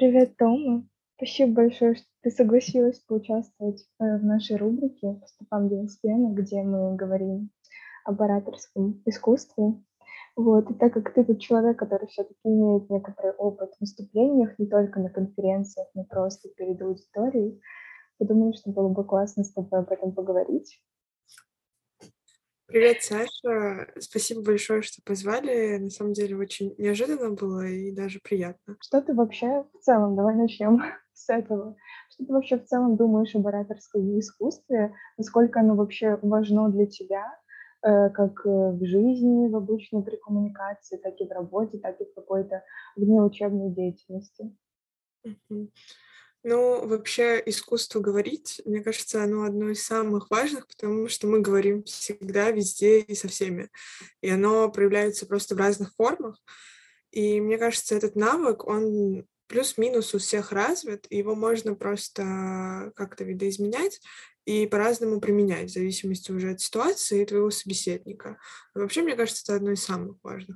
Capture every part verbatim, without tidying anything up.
Привет, Тома. Спасибо большое, что ты согласилась поучаствовать э, в нашей рубрике «По стопам Демосфена», где мы говорим об ораторском искусстве. Вот. И так как ты тут человек, который все-таки имеет некоторый опыт в выступлениях, не только на конференциях, но просто перед аудиторией, я думаю, что было бы классно с тобой об этом поговорить. Привет, Саша. Спасибо большое, что позвали. На самом деле очень неожиданно было и даже приятно. Что ты вообще в целом, давай начнем с этого. Что ты вообще в целом думаешь об ораторском искусстве? Насколько оно вообще важно для тебя, э, как э, в жизни, в обычной при коммуникации, так и в работе, так и в какой-то внеучебной деятельности? Мгм. Ну, вообще, искусство говорить, мне кажется, оно одно из самых важных, потому что мы говорим всегда, везде и со всеми. И оно проявляется просто в разных формах. И мне кажется, этот навык, он плюс-минус у всех развит, и его можно просто как-то видоизменять и по-разному применять, в зависимости уже от ситуации и твоего собеседника. Вообще, мне кажется, это одно из самых важных.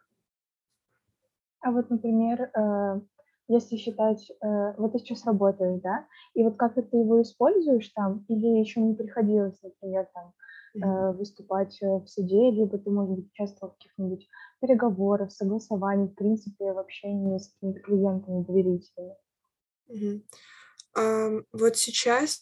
А вот, например, э, если считать, э, вот ты сейчас работаешь, да, и вот как-то ты его используешь там, или еще не приходилось, например, там, Мгм. э, выступать э, в суде, либо ты, может быть, участвовал в каких-нибудь переговорах, согласованиях, в принципе, в общении с какими-то клиентами доверительными? Мгм. Ам, вот сейчас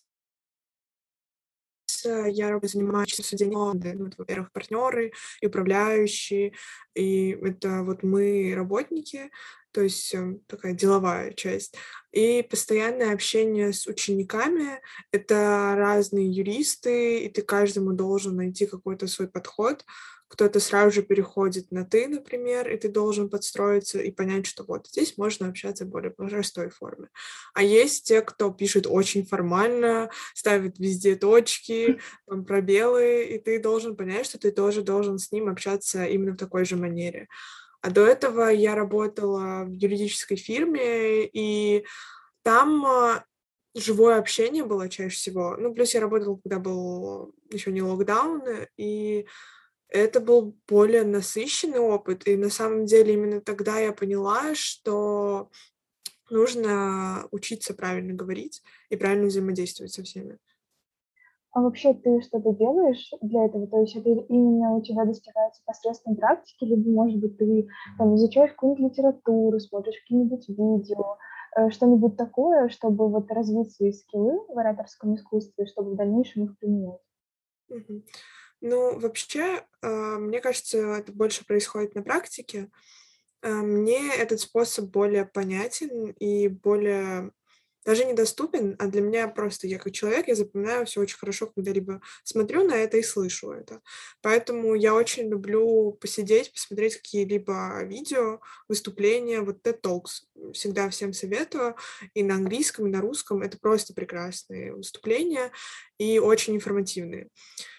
э, я раб занимаюсь судебной, ну, это, во-первых, партнеры и управляющие, и это вот мы, работники, то есть, э, такая деловая часть. И постоянное общение с учениками — это разные юристы, и ты каждому должен найти какой-то свой подход. Кто-то сразу же переходит на «ты», например, и ты должен подстроиться и понять, что вот здесь можно общаться в более простой форме. А есть те, кто пишет очень формально, ставит везде точки, там пробелы, и ты должен понять, что ты тоже должен с ним общаться именно в такой же манере. А до этого я работала в юридической фирме, и там, а, живое общение было чаще всего. Ну, плюс я работала, когда был еще не локдаун, и это был более насыщенный опыт. И на самом деле именно тогда я поняла, что нужно учиться правильно говорить и правильно взаимодействовать со всеми. А вообще ты что-то делаешь для этого? То есть это именно у тебя достигается посредством практики, либо, может быть, ты там изучаешь какую-нибудь литературу, смотришь какие-нибудь видео, э, что-нибудь такое, чтобы вот развить свои скиллы в ораторском искусстве, чтобы в дальнейшем их применять? Мгм. Ну, вообще, а, мне кажется, это больше происходит на практике. А, мне этот способ более понятен и более даже недоступен, а для меня просто я как человек, я запоминаю все очень хорошо, когда либо смотрю на это и слышу это. Поэтому я очень люблю посидеть, посмотреть какие-либо видео, выступления, вот TED Talks. Всегда всем советую. И на английском, и на русском. Это просто прекрасные выступления и очень информативные.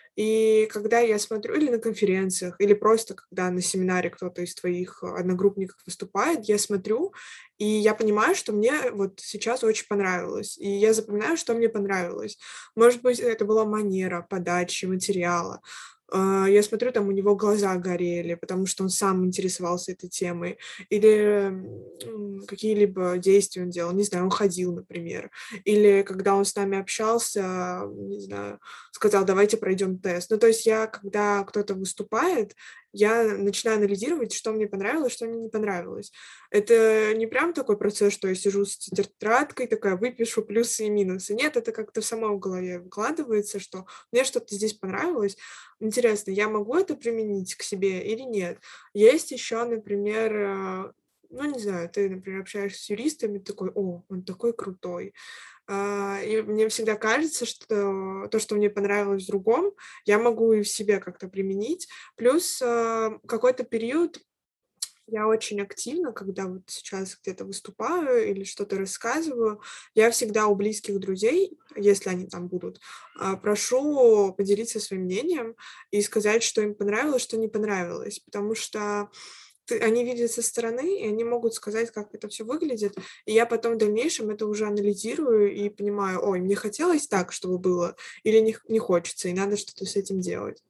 И когда я смотрю или на конференциях, или просто когда на семинаре кто-то из твоих э, одногруппников выступает, я смотрю, и я понимаю, что мне вот сейчас очень понравилось. И я запоминаю, что мне понравилось. Может быть, это была манера подачи материала. А, Я смотрю, там у него глаза горели, потому что он сам интересовался этой темой. Или м, какие-либо действия он делал. Не знаю, он ходил, например. Или когда он с нами общался, не знаю, сказал: «Давайте пройдем тест». Ну, то есть я, когда кто-то выступает, я начинаю анализировать, что мне понравилось, что мне не понравилось. Это не прям такой процесс, что я сижу с тетрадкой, такая выпишу плюсы и минусы. Нет, это как-то само в голове вкладывается, что мне что-то здесь понравилось. Интересно, я могу это применить к себе или нет? Есть еще, например, э, ну, не знаю, ты, например, общаешься с юристами, такой: «О, он такой крутой». А, и мне всегда кажется, что то, что мне понравилось в другом, я могу и в себе как-то применить. Плюс, а, какой-то период я очень активно, когда вот сейчас где-то выступаю или что-то рассказываю, я всегда у близких друзей, если они там будут, а, прошу поделиться своим мнением и сказать, что им понравилось, что не понравилось. Потому что ты они видят со стороны, и они могут сказать, как это все выглядит. И я потом в дальнейшем это уже анализирую и понимаю: ой, мне хотелось так, чтобы было, или не х не хочется, и надо что-то с этим делать.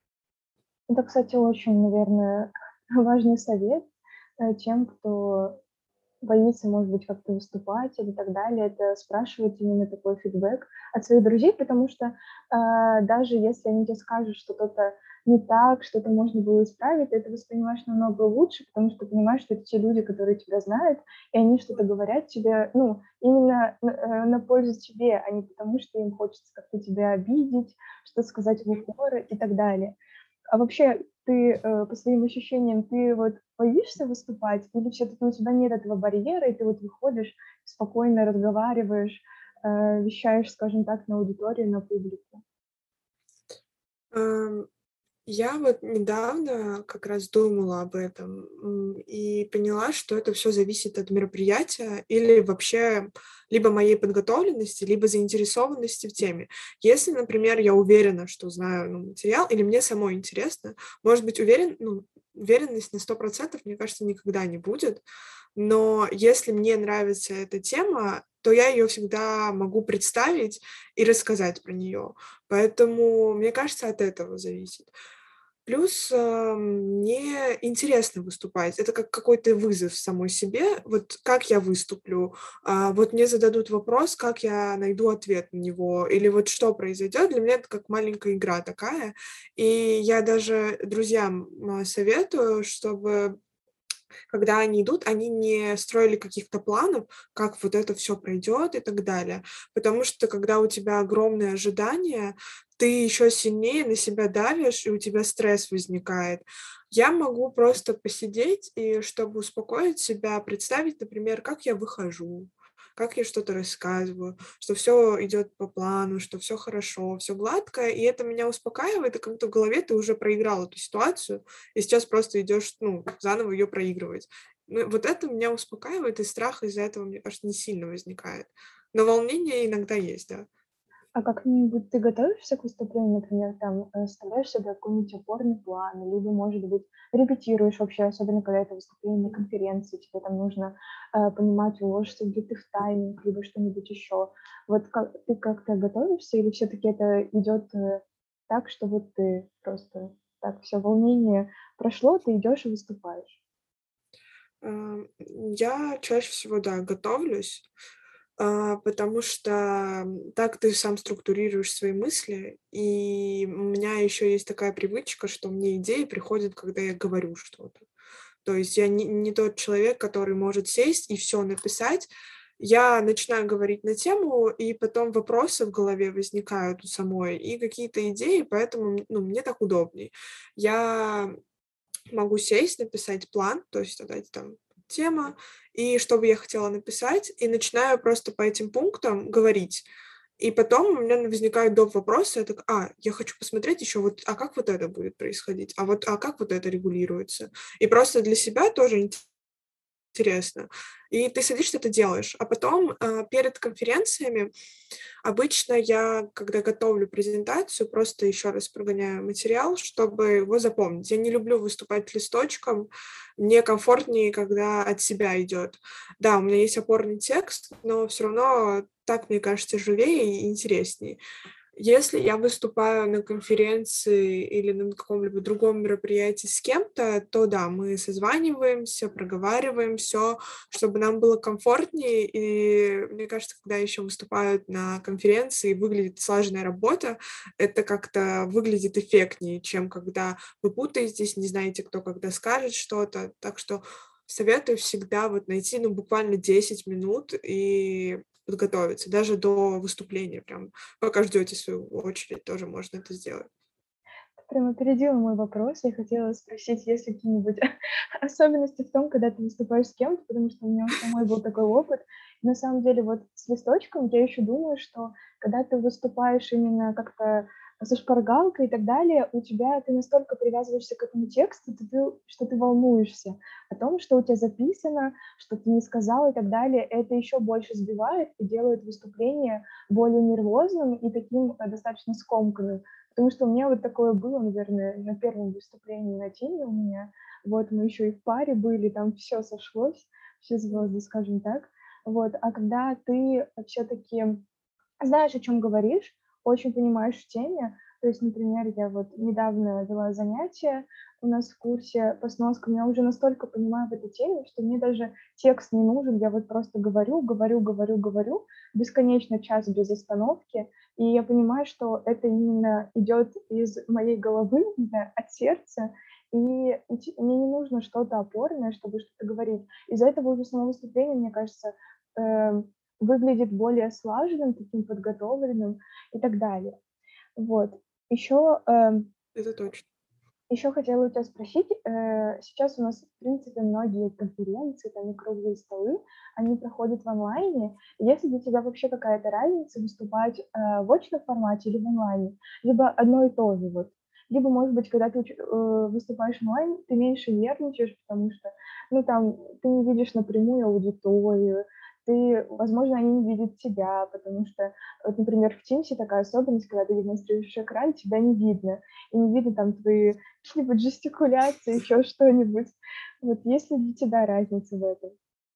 Это, кстати, очень, наверное, важный совет э, тем, кто боится, может быть, как-то выступать или так далее. Это спрашивать именно такой фидбэк от своих друзей, потому что, а, даже если они тебе скажут, что что-то не так, что-то можно было исправить, ты это воспринимаешь намного лучше, потому что понимаешь, что это те люди, которые тебя знают, и они что-то говорят тебе, ну, именно на э, на пользу тебе, а не потому, что им хочется как-то тебя обидеть, что сказать в укор и так далее. А вообще, ты, э, по своим ощущениям, ты вот боишься выступать или всё-таки у тебя нет этого барьера, и ты вот выходишь, спокойно разговариваешь, э, вещаешь, скажем так, на аудиторию, на публику? Ам, я вот недавно как раз думала об этом, м, и поняла, что это всё зависит от мероприятия или вообще либо моей подготовленности, либо заинтересованности в теме. Если, например, я уверена, что знаю, ну, материал или мне самой интересно, может быть, уверен ну, уверенность на сто процентов, мне кажется, никогда не будет. Но если мне нравится эта тема, то я её всегда могу представить и рассказать про неё. Поэтому, мне кажется, от этого зависит. Плюс, а, мне интересно выступать. Это как какой-то вызов самой себе. Вот как я выступлю? А, вот мне зададут вопрос, как я найду ответ на него? Или вот что произойдёт? Для меня это как маленькая игра такая. И я даже друзьям, м, советую, чтобы, когда они идут, они не строили каких-то планов, как вот это всё пройдёт и так далее. Потому что, когда у тебя огромные ожидания, ты ещё сильнее на себя давишь, и у тебя стресс возникает. Я могу просто посидеть и, чтобы успокоить себя, представить, например, как я выхожу, как я что-то рассказываю, что всё идёт по плану, что всё хорошо, всё гладко. И это меня успокаивает, и как будто в голове ты уже проиграл эту ситуацию, и сейчас просто идёшь, ну, заново её проигрывать. Ну, вот это меня успокаивает, и страх из-за этого, мне кажется, не сильно возникает. Но волнение иногда есть, да. А как-нибудь ты готовишься к выступлению, например, там, э, составляешь себе какой-нибудь опорный план, либо, может быть, репетируешь вообще, особенно когда это выступление на конференции, тебе там нужно, э, понимать, уложишься ли ты в тайминг, либо что-нибудь еще. Вот как ты как-то готовишься или всё-таки это идёт, э, так, что вот ты просто так всё волнение прошло, ты идёшь и выступаешь? Ам, я чаще всего, да, готовлюсь, а, потому что так ты сам структурируешь свои мысли. И у меня ещё есть такая привычка, что мне идеи приходят, когда я говорю что-то. То есть я не не тот человек, который может сесть и всё написать. Я начинаю говорить на тему, и потом вопросы в голове возникают у самой, и какие-то идеи, поэтому, м, ну, мне так удобней. Я могу сесть, написать план, то есть задать там тема, и что бы я хотела написать, и начинаю просто по этим пунктам говорить. И потом у меня возникают доп. Вопросы. Я такая: "А, я хочу посмотреть ещё вот, а как вот это будет происходить? А вот, а как вот это регулируется?" И просто для себя тоже интересно. И ты садишься, ты делаешь. А потом, а, перед конференциями обычно я, когда готовлю презентацию, просто ещё раз прогоняю материал, чтобы его запомнить. Я не люблю выступать листочком. Мне комфортнее, когда от себя идёт. Да, у меня есть опорный текст, но всё равно так, мне кажется, живее и интересней. Если я выступаю на конференции или на каком-либо другом мероприятии с кем-то, то да, мы созваниваемся, проговариваем всё, чтобы нам было комфортнее. И мне кажется, когда ещё выступают на конференции, выглядит слаженная работа, это как-то выглядит эффектнее, чем когда вы путаетесь, не знаете, кто когда скажет что-то. Так что советую всегда вот найти, ну, буквально десять минут и подготовиться. Даже до выступления прям, пока ждёте свою очередь, тоже можно это сделать. Ты прям опередила мой вопрос. Я хотела спросить, есть ли какие-нибудь особенности в том, когда ты выступаешь с кем-то, потому что у меня у самой был такой опыт. На самом деле, вот с листочком я ещё думаю, что когда ты выступаешь именно как-то со шпаргалкой и так далее, у тебя ты настолько привязываешься к этому тексту, ты ты что ты волнуешься о том, что у тя записано, что ты не сказал и так далее. Это ещё больше сбивает и делает выступление более нервозным и таким, э, достаточно скомканным. Потому что у меня вот такое было, наверное, на первом выступлении на теме у меня. Вот мы ещё и в паре были, там всё сошлось, все звезды, скажем так. Вот. А когда ты всё-таки знаешь, о чём говоришь, очень понимаешь в теме, То есть, например, я вот недавно вела занятия у нас в курсе по сноскам, я уже настолько понимаю в этой теме, что мне даже текст не нужен, я вот просто говорю, говорю, говорю, говорю, бесконечно час без остановки, и я понимаю, что это именно идет из моей головы, да, от сердца, и мне не нужно что-то опорное, чтобы что-то говорить. Из-за этого уже само выступление, мне кажется, э, выглядит более слаженным, таким подготовленным и так далее. Вот. Еще, э, Это точно. еще хотела у тебя спросить, э, сейчас у нас, в принципе, многие конференции, там и круглые столы, они проходят в онлайне. Есть ли для тебя вообще какая-то разница выступать э, в очном формате или в онлайне? Либо одно и то же вот. Либо, может быть, когда ты уч- э, выступаешь онлайн, ты меньше нервничаешь, потому что, ну, там, ты не видишь напрямую аудиторию, ты, возможно, они не видят тебя, потому что, вот, например, в Teams такая особенность, когда ты демонстрируешь экран, тебя не видно, и не видно там твои какие-нибудь жестикуляции, еще что-нибудь. Вот есть ли для тебя разница в этом?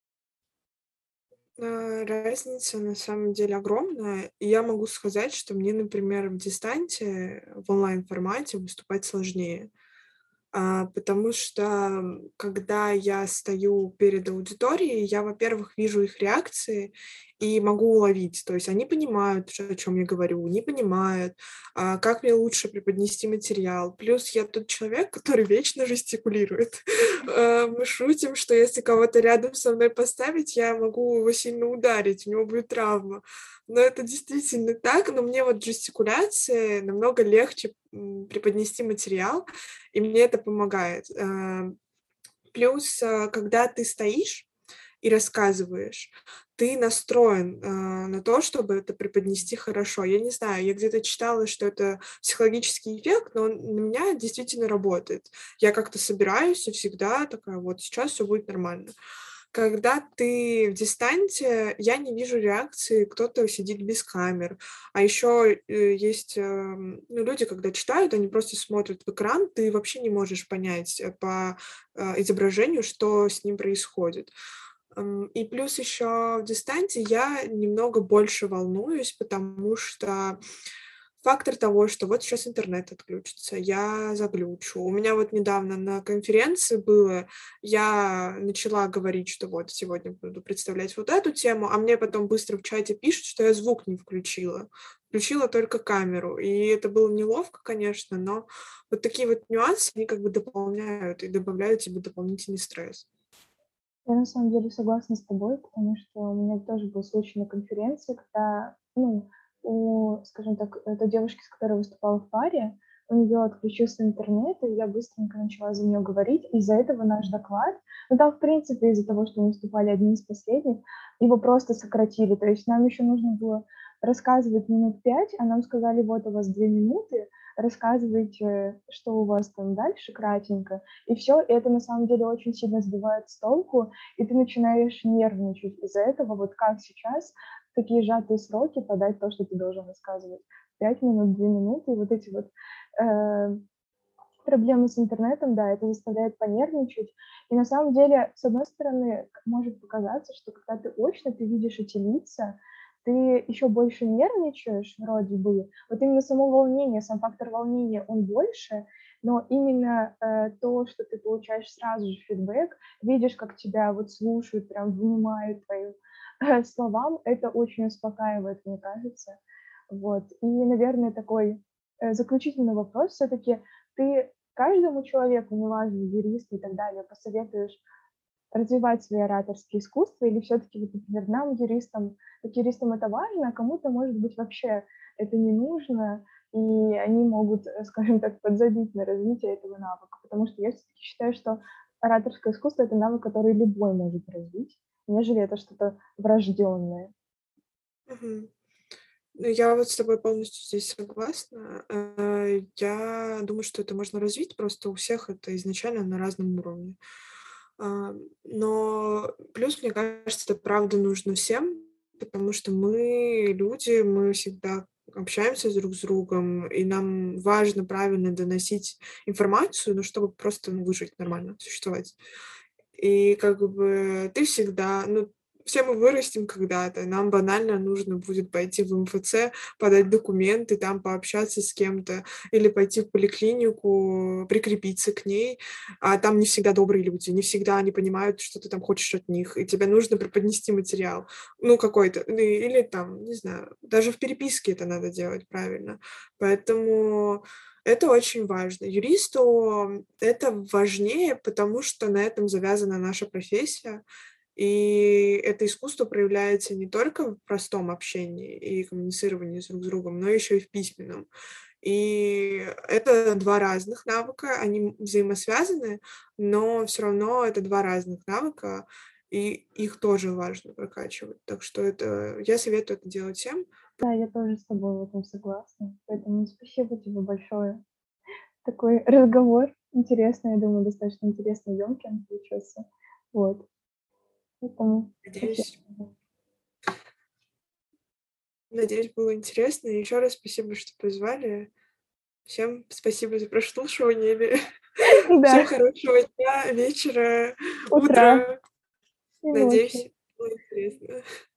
А, разница на самом деле огромная. И я могу сказать, что мне, например, в дистанте, в онлайн-формате выступать сложнее. А, потому что, м, когда я стою перед аудиторией, я, во-первых, вижу их реакции и могу уловить. То есть они понимают, ш о чём я говорю, не понимают, а, как мне лучше преподнести материал. Плюс я тот человек, который вечно жестикулирует. Э, мы шутим, что если кого-то рядом со мной поставить, я могу его сильно ударить, у него будет травма. Но это действительно так, но мне вот жестикуляции намного легче, м, преподнести материал, и мне это помогает. Э, плюс, э, когда ты стоишь и рассказываешь, ты настроен, э, на то, чтобы это преподнести хорошо. Я не знаю, я где-то читала, что это психологический эффект, но он на меня действительно работает. Я как-то собираюсь и всегда такая: "Вот сейчас всё будет нормально". Когда ты в дистанте, я не вижу реакции, кто-то сидит без камер. А еще, э, есть, эм, ну, люди, когда читают, они просто смотрят в экран, ты вообще не можешь понять, э, по, э, изображению, что с ним происходит. М, и плюс еще в дистанте я немного больше волнуюсь, потому что фактор того, что вот сейчас интернет отключится, я заглючу. У меня вот недавно на конференции было, я начала говорить, что вот сегодня буду представлять вот эту тему, а мне потом быстро в чате пишут, что я звук не включила, включила только камеру. И это было неловко, конечно, но вот такие вот нюансы, они как бы дополняют и добавляют тебе дополнительный стресс. Я на самом деле согласна с тобой, потому что у меня тоже был случай на конференции, когда, ну, у, скажем так, э, той девушки, с которой я выступала в паре, у нее отключился интернет, и я быстренько начала за нее говорить. Из-за этого наш доклад, ну там, в принципе, из-за того, что мы выступали одни из последних, его просто сократили. То есть нам еще нужно было рассказывать минут пять, а нам сказали: "Вот у вас две минуты, рассказывайте, что у вас там дальше, кратенько". И все. И это на самом деле очень сильно сбивает с толку, и ты начинаешь нервничать из-за этого. Вот как сейчас в такие сжатые сроки подать то, что ты должен рассказывать? Пять минут, две минуты, и вот эти вот, э, проблемы с интернетом, да, это заставляет понервничать. И на самом деле, с одной стороны, к может показаться, что когда ты очно, ты видишь эти лица, ты еще больше нервничаешь вроде бы. Вот именно само волнение, сам фактор волнения, он больше, но именно, э, то, что ты получаешь сразу же фидбэк, видишь, как тебя вот слушают, прям внимают твоим, э, словам, это очень успокаивает, мне кажется. Вот. И, наверное, такой, э, заключительный вопрос все-таки: ты каждому человеку, неважно, юристу и так далее, посоветуешь развивать свои ораторские искусства или все-таки, вот, например, нам, юристам, как юристам это важно, а кому-то, может быть, вообще это не нужно, и они могут, э, скажем так, подзабить на развитие этого навыка? Потому что я все-таки считаю, что ораторское искусство — это навык, который любой может развить, нежели это что-то врожденное. Мгм. Ну, я вот с тобой полностью здесь согласна. Э, я думаю, что это можно развить, просто у всех это изначально на разном уровне. А, но плюс, мне кажется, это правда нужно всем, потому что мы люди, мы всегда общаемся друг с другом, и нам важно правильно доносить информацию, ну, чтобы просто, ну, выжить нормально, существовать. И как бы ты всегда, ну, все мы вырастем когда-то, нам банально нужно будет пойти в эм эф це, подать документы, там пообщаться с кем-то или пойти в поликлинику, прикрепиться к ней, а там не всегда добрые люди, не всегда они понимают, что ты там хочешь от них, и тебе нужно преподнести материал, ну, какой-то, ну, или там, не знаю, даже в переписке это надо делать правильно. Поэтому это очень важно. Юристу это важнее, потому что на этом завязана наша профессия, и это искусство проявляется не только в простом общении и коммуницировании с друг с другом, но еще и в письменном. И это два разных навыка, они взаимосвязаны, но все равно это два разных навыка, и их тоже важно прокачивать. Так что это я советую это делать всем. Да, я тоже с тобой в этом согласна. Поэтому спасибо тебе большое. Такой разговор интересный, я думаю, достаточно интересный, ёмкий он получился. Вот. Поэтому спасибо Надеюсь тебе. надеюсь, было интересно. И еще раз спасибо, что позвали. Всем спасибо за прослушивание или всем Да, хорошего дня, вечера, утра утра. и ночи. Надеюсь, было интересно.